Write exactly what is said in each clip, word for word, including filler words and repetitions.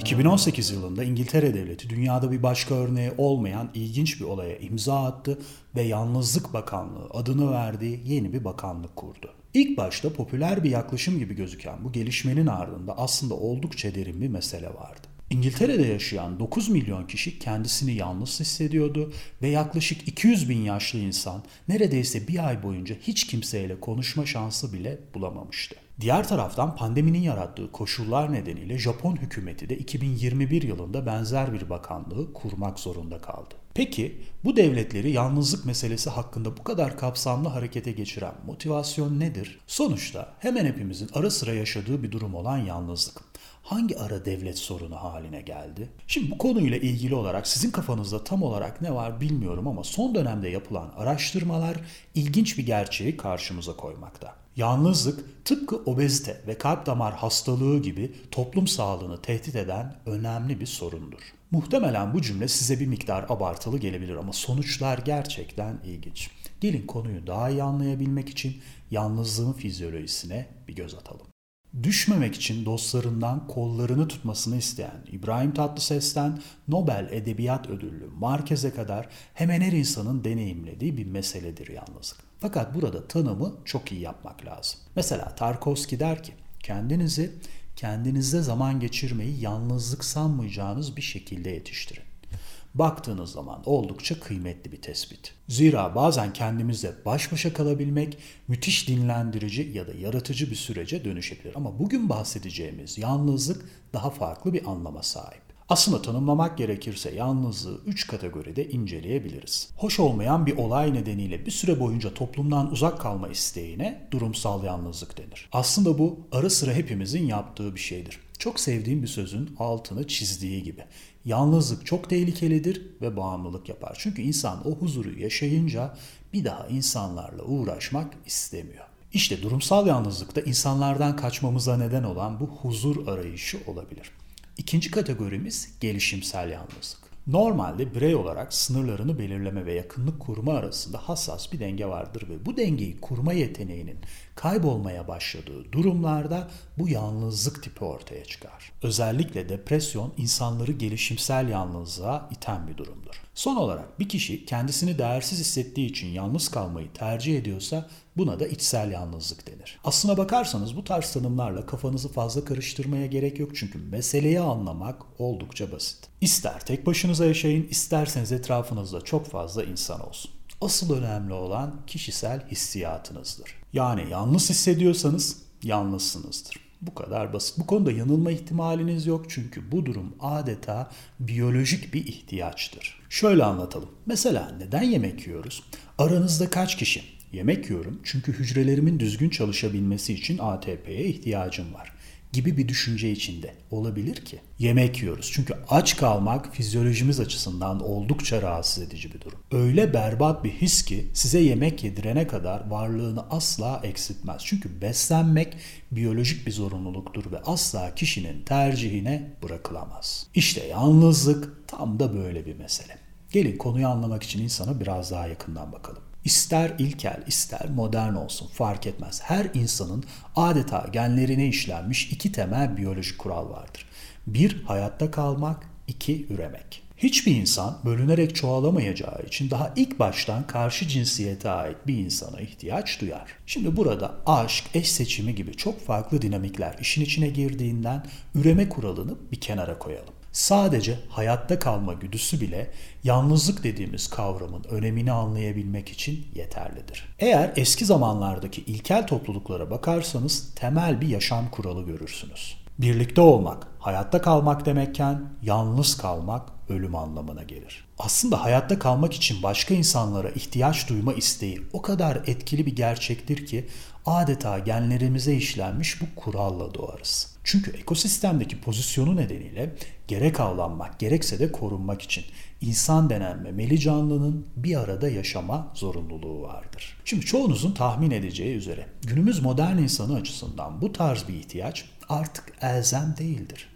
iki bin on sekiz yılında İngiltere Devleti dünyada bir başka örneği olmayan ilginç bir olaya imza attı ve Yalnızlık Bakanlığı adını verdiği yeni bir bakanlık kurdu. İlk başta popüler bir yaklaşım gibi gözüken bu gelişmenin ardında aslında oldukça derin bir mesele vardı. İngiltere'de yaşayan dokuz milyon kişi kendisini yalnız hissediyordu ve yaklaşık iki yüz bin yaşlı insan neredeyse bir ay boyunca hiç kimseyle konuşma şansı bile bulamamıştı. Diğer taraftan pandeminin yarattığı koşullar nedeniyle Japon hükümeti de iki bin yirmi bir yılında benzer bir bakanlığı kurmak zorunda kaldı. Peki bu devletleri yalnızlık meselesi hakkında bu kadar kapsamlı harekete geçiren motivasyon nedir? Sonuçta hemen hepimizin ara sıra yaşadığı bir durum olan yalnızlık. Hangi ara devlet sorunu haline geldi? Şimdi bu konuyla ilgili olarak sizin kafanızda tam olarak ne var bilmiyorum ama son dönemde yapılan araştırmalar ilginç bir gerçeği karşımıza koymakta. Yalnızlık tıpkı obezite ve kalp damar hastalığı gibi toplum sağlığını tehdit eden önemli bir sorundur. Muhtemelen bu cümle size bir miktar abartılı gelebilir ama sonuçlar gerçekten ilginç. Gelin konuyu daha iyi anlayabilmek için yalnızlığın fizyolojisine bir göz atalım. Düşmemek için dostlarından kollarını tutmasını isteyen İbrahim Tatlıses'ten Nobel Edebiyat Ödüllü Marquez'e kadar hemen her insanın deneyimlediği bir meseledir yalnızlık. Fakat burada tanımı çok iyi yapmak lazım. Mesela Tarkovski der ki, kendinizi kendinizde zaman geçirmeyi yalnızlık sanmayacağınız bir şekilde yetiştirin. Baktığınız zaman oldukça kıymetli bir tespit. Zira bazen kendimizle baş başa kalabilmek müthiş dinlendirici ya da yaratıcı bir sürece dönüşebilir. Ama bugün bahsedeceğimiz yalnızlık daha farklı bir anlama sahip. Aslında tanımlamak gerekirse yalnızlığı üç kategoride inceleyebiliriz. Hoş olmayan bir olay nedeniyle bir süre boyunca toplumdan uzak kalma isteğine durumsal yalnızlık denir. Aslında bu ara sıra hepimizin yaptığı bir şeydir. Çok sevdiğim bir sözün altını çizdiği gibi. Yalnızlık çok tehlikelidir ve bağımlılık yapar. Çünkü insan o huzuru yaşayınca bir daha insanlarla uğraşmak istemiyor. İşte durumsal yalnızlıkta insanlardan kaçmamıza neden olan bu huzur arayışı olabilir. İkinci kategorimiz gelişimsel yalnızlık. Normalde birey olarak sınırlarını belirleme ve yakınlık kurma arasında hassas bir denge vardır ve bu dengeyi kurma yeteneğinin kaybolmaya başladığı durumlarda bu yalnızlık tipi ortaya çıkar. Özellikle depresyon insanları gelişimsel yalnızlığa iten bir durumdur. Son olarak bir kişi kendisini değersiz hissettiği için yalnız kalmayı tercih ediyorsa buna da içsel yalnızlık denir. Aslına bakarsanız bu tarz tanımlarla kafanızı fazla karıştırmaya gerek yok çünkü meseleyi anlamak oldukça basit. İster tek başınıza yaşayın, isterseniz etrafınızda çok fazla insan olsun. Asıl önemli olan kişisel hissiyatınızdır. Yani yalnız hissediyorsanız yalnızsınızdır. Bu kadar basit. Bu konuda yanılma ihtimaliniz yok çünkü bu durum adeta biyolojik bir ihtiyaçtır. Şöyle anlatalım. Mesela neden yemek yiyoruz? Aranızda kaç kişi? Yemek yiyorum çünkü hücrelerimin düzgün çalışabilmesi için A T P'ye ihtiyacım var gibi bir düşünce içinde olabilir ki. Yemek yiyoruz çünkü aç kalmak fizyolojimiz açısından oldukça rahatsız edici bir durum. Öyle berbat bir his ki size yemek yedirene kadar varlığını asla eksiltmez. Çünkü beslenmek biyolojik bir zorunluluktur ve asla kişinin tercihine bırakılamaz. İşte yalnızlık tam da böyle bir mesele. Gelin konuyu anlamak için insana biraz daha yakından bakalım. İster ilkel, ister modern olsun fark etmez. Her insanın adeta genlerine işlenmiş iki temel biyolojik kural vardır. Bir, hayatta kalmak, iki, üremek. Hiçbir insan bölünerek çoğalamayacağı için daha ilk baştan karşı cinsiyete ait bir insana ihtiyaç duyar. Şimdi burada aşk, eş seçimi gibi çok farklı dinamikler işin içine girdiğinden üreme kuralını bir kenara koyalım. Sadece hayatta kalma güdüsü bile yalnızlık dediğimiz kavramın önemini anlayabilmek için yeterlidir. Eğer eski zamanlardaki ilkel topluluklara bakarsanız temel bir yaşam kuralı görürsünüz. Birlikte olmak, hayatta kalmak demekken yalnız kalmak ölüm anlamına gelir. Aslında hayatta kalmak için başka insanlara ihtiyaç duyma isteği o kadar etkili bir gerçektir ki adeta genlerimize işlenmiş bu kuralla doğarız. Çünkü ekosistemdeki pozisyonu nedeniyle gerek avlanmak gerekse de korunmak için insan denen memeli canlının bir arada yaşama zorunluluğu vardır. Şimdi çoğunuzun tahmin edeceği üzere günümüz modern insanı açısından bu tarz bir ihtiyaç artık elzem değildir.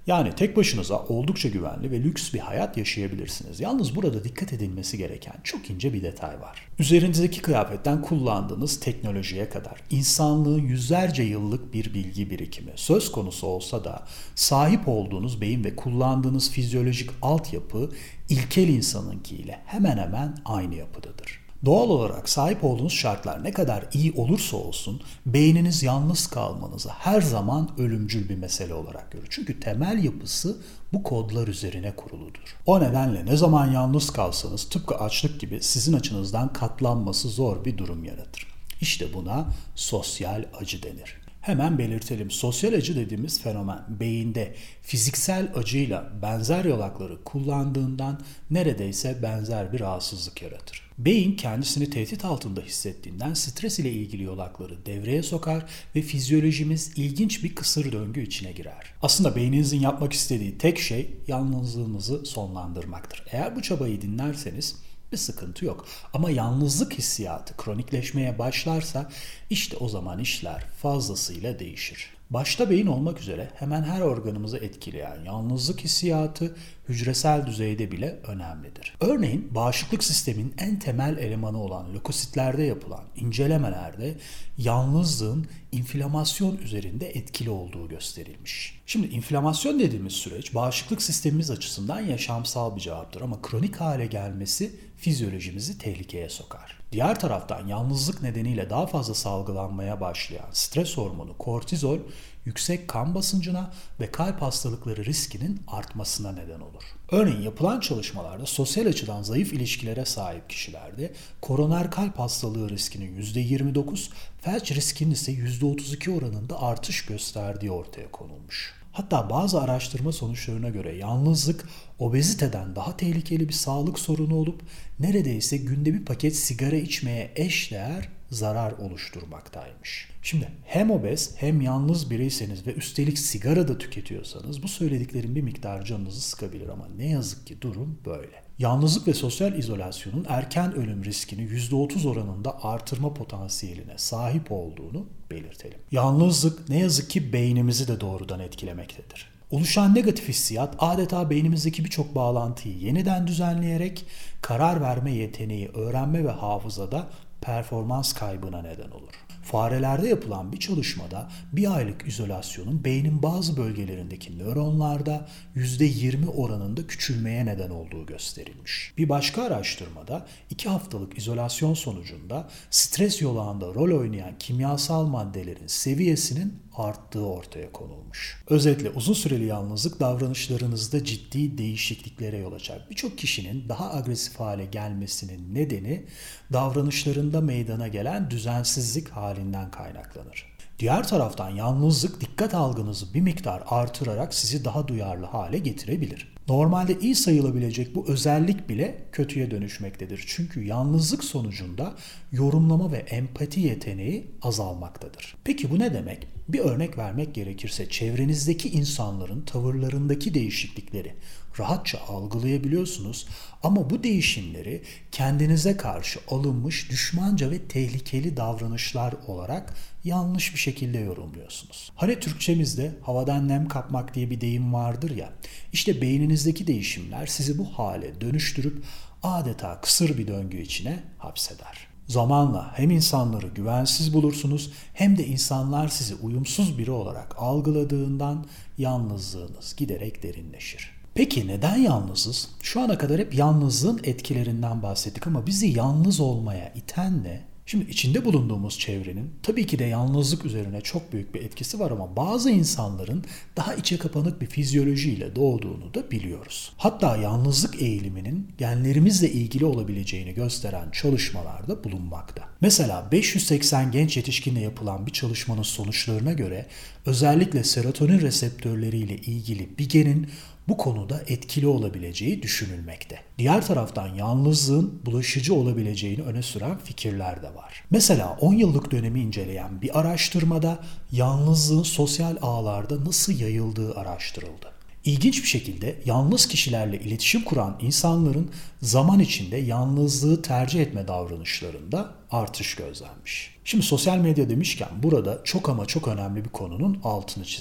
Yani tek başınıza oldukça güvenli ve lüks bir hayat yaşayabilirsiniz. Yalnız burada dikkat edilmesi gereken çok ince bir detay var. Üzerinizdeki kıyafetten kullandığınız teknolojiye kadar insanlığın yüzlerce yıllık bir bilgi birikimi söz konusu olsa da sahip olduğunuz beyin ve kullandığınız fizyolojik altyapı ilkel insanınkiyle hemen hemen aynı yapıdadır. Doğal olarak sahip olduğunuz şartlar ne kadar iyi olursa olsun beyniniz yalnız kalmanızı her zaman ölümcül bir mesele olarak görür. Çünkü temel yapısı bu kodlar üzerine kuruludur. O nedenle ne zaman yalnız kalsanız tıpkı açlık gibi sizin açınızdan katlanması zor bir durum yaratır. İşte buna sosyal acı denir. Hemen belirtelim. Sosyal acı dediğimiz fenomen beyinde fiziksel acıyla benzer yolakları kullandığından neredeyse benzer bir rahatsızlık yaratır. Beyin kendisini tehdit altında hissettiğinden stres ile ilgili yolakları devreye sokar ve fizyolojimiz ilginç bir kısır döngü içine girer. Aslında beyninizin yapmak istediği tek şey yalnızlığınızı sonlandırmaktır. Eğer bu çabayı dinlerseniz bir sıkıntı yok. Ama yalnızlık hissiyatı kronikleşmeye başlarsa işte o zaman işler fazlasıyla değişir. Başta beyin olmak üzere hemen her organımızı etkileyen yalnızlık hissiyatı hücresel düzeyde bile önemlidir. Örneğin bağışıklık sistemin en temel elemanı olan lökositlerde yapılan incelemelerde yalnızlığın inflamasyon üzerinde etkili olduğu gösterilmiş. Şimdi inflamasyon dediğimiz süreç bağışıklık sistemimiz açısından yaşamsal bir cevaptır ama kronik hale gelmesi fizyolojimizi tehlikeye sokar. Diğer taraftan yalnızlık nedeniyle daha fazla salgılanmaya başlayan stres hormonu kortizol, yüksek kan basıncına ve kalp hastalıkları riskinin artmasına neden olur. Örneğin yapılan çalışmalarda sosyal açıdan zayıf ilişkilere sahip kişilerde koroner kalp hastalığı riskinin yüzde yirmi dokuz, felç riskinin ise yüzde otuz iki oranında artış gösterdiği ortaya konulmuş. Hatta bazı araştırma sonuçlarına göre yalnızlık obeziteden daha tehlikeli bir sağlık sorunu olup neredeyse günde bir paket sigara içmeye eşdeğer zarar oluşturmaktaymış. Şimdi hem obez hem yalnız biriyseniz ve üstelik sigara da tüketiyorsanız bu söylediklerim bir miktar canınızı sıkabilir ama ne yazık ki durum böyle. Yalnızlık ve sosyal izolasyonun erken ölüm riskini yüzde otuz oranında artırma potansiyeline sahip olduğunu belirtelim. Yalnızlık ne yazık ki beynimizi de doğrudan etkilemektedir. Oluşan negatif hissiyat adeta beynimizdeki birçok bağlantıyı yeniden düzenleyerek karar verme yeteneği, öğrenme ve hafızada performans kaybına neden olur. Farelerde yapılan bir çalışmada bir aylık izolasyonun beynin bazı bölgelerindeki nöronlarda yüzde yirmi oranında küçülmeye neden olduğu gösterilmiş. Bir başka araştırmada iki haftalık izolasyon sonucunda stres yolağında rol oynayan kimyasal maddelerin seviyesinin arttığı ortaya konulmuş. Özetle uzun süreli yalnızlık davranışlarınızda ciddi değişikliklere yol açar. Birçok kişinin daha agresif hale gelmesinin nedeni davranışlarında meydana gelen düzensizlik halinden kaynaklanır. Diğer taraftan yalnızlık dikkat algınızı bir miktar artırarak sizi daha duyarlı hale getirebilir. Normalde iyi sayılabilecek bu özellik bile kötüye dönüşmektedir. Çünkü yalnızlık sonucunda yorumlama ve empati yeteneği azalmaktadır. Peki bu ne demek? Bir örnek vermek gerekirse çevrenizdeki insanların tavırlarındaki değişiklikleri rahatça algılayabiliyorsunuz ama bu değişimleri kendinize karşı alınmış düşmanca ve tehlikeli davranışlar olarak yanlış bir şekilde yorumluyorsunuz. Hani Türkçemizde havadan nem kapmak diye bir deyim vardır ya, işte beyninizdeki değişimler sizi bu hale dönüştürüp adeta kısır bir döngü içine hapseder. Zamanla hem insanları güvensiz bulursunuz hem de insanlar sizi uyumsuz biri olarak algıladığından yalnızlığınız giderek derinleşir. Peki neden yalnızız? Şu ana kadar hep yalnızlığın etkilerinden bahsettik ama bizi yalnız olmaya iten ne? Şimdi içinde bulunduğumuz çevrenin tabii ki de yalnızlık üzerine çok büyük bir etkisi var ama bazı insanların daha içe kapanık bir fizyolojiyle doğduğunu da biliyoruz. Hatta yalnızlık eğiliminin genlerimizle ilgili olabileceğini gösteren çalışmalarda bulunmakta. Mesela beş yüz seksen genç yetişkinle yapılan bir çalışmanın sonuçlarına göre özellikle serotonin reseptörleriyle ilgili bir genin bu konuda etkili olabileceği düşünülmekte. Diğer taraftan yalnızlığın bulaşıcı olabileceğini öne süren fikirler de var. Mesela on yıllık dönemi inceleyen bir araştırmada yalnızlığın sosyal ağlarda nasıl yayıldığı araştırıldı. İlginç bir şekilde yalnız kişilerle iletişim kuran insanların zaman içinde yalnızlığı tercih etme davranışlarında artış gözlenmiş. Şimdi sosyal medya demişken burada çok ama çok önemli bir konunun altını çizelim.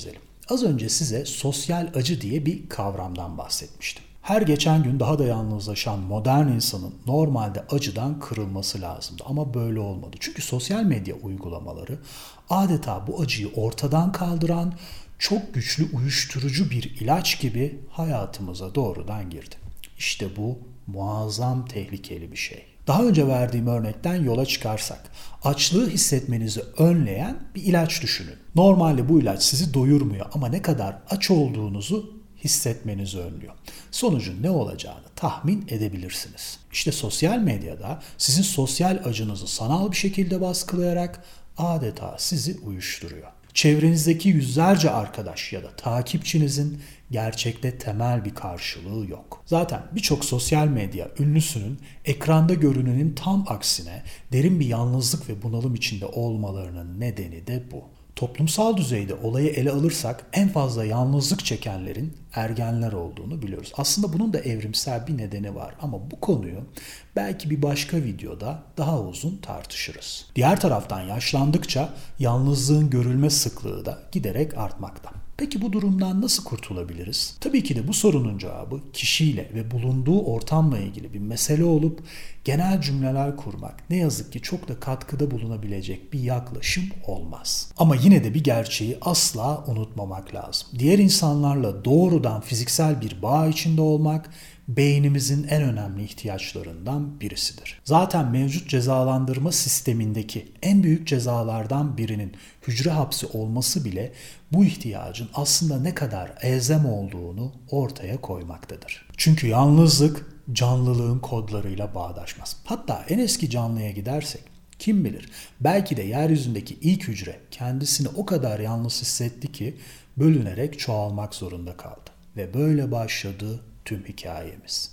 Az önce size sosyal acı diye bir kavramdan bahsetmiştim. Her geçen gün daha da yalnızlaşan modern insanın normalde acıdan kırılması lazımdı ama böyle olmadı. Çünkü sosyal medya uygulamaları adeta bu acıyı ortadan kaldıran çok güçlü uyuşturucu bir ilaç gibi hayatımıza doğrudan girdi. İşte bu muazzam tehlikeli bir şey. Daha önce verdiğim örnekten yola çıkarsak, açlığı hissetmenizi önleyen bir ilaç düşünün. Normalde bu ilaç sizi doyurmuyor ama ne kadar aç olduğunuzu hissetmenizi önlüyor. Sonucun ne olacağını tahmin edebilirsiniz. İşte sosyal medyada sizin sosyal acınızı sanal bir şekilde baskılayarak adeta sizi uyuşturuyor. Çevrenizdeki yüzlerce arkadaş ya da takipçinizin gerçekte temel bir karşılığı yok. Zaten birçok sosyal medya ünlüsünün ekranda görünenin tam aksine derin bir yalnızlık ve bunalım içinde olmalarının nedeni de bu. Toplumsal düzeyde olayı ele alırsak en fazla yalnızlık çekenlerin ergenler olduğunu biliyoruz. Aslında bunun da evrimsel bir nedeni var ama bu konuyu belki bir başka videoda daha uzun tartışırız. Diğer taraftan yaşlandıkça yalnızlığın görülme sıklığı da giderek artmakta. Peki bu durumdan nasıl kurtulabiliriz? Tabii ki de bu sorunun cevabı kişiyle ve bulunduğu ortamla ilgili bir mesele olup genel cümleler kurmak ne yazık ki çok da katkıda bulunabilecek bir yaklaşım olmaz. Ama yine de bir gerçeği asla unutmamak lazım. Diğer insanlarla doğrudan fiziksel bir bağ içinde olmak beynimizin en önemli ihtiyaçlarından birisidir. Zaten mevcut cezalandırma sistemindeki en büyük cezalardan birinin hücre hapsi olması bile bu ihtiyacın aslında ne kadar elzem olduğunu ortaya koymaktadır. Çünkü yalnızlık canlılığın kodlarıyla bağdaşmaz. Hatta en eski canlıya gidersek kim bilir belki de yeryüzündeki ilk hücre kendisini o kadar yalnız hissetti ki bölünerek çoğalmak zorunda kaldı. Ve böyle başladı tüm hikayemiz.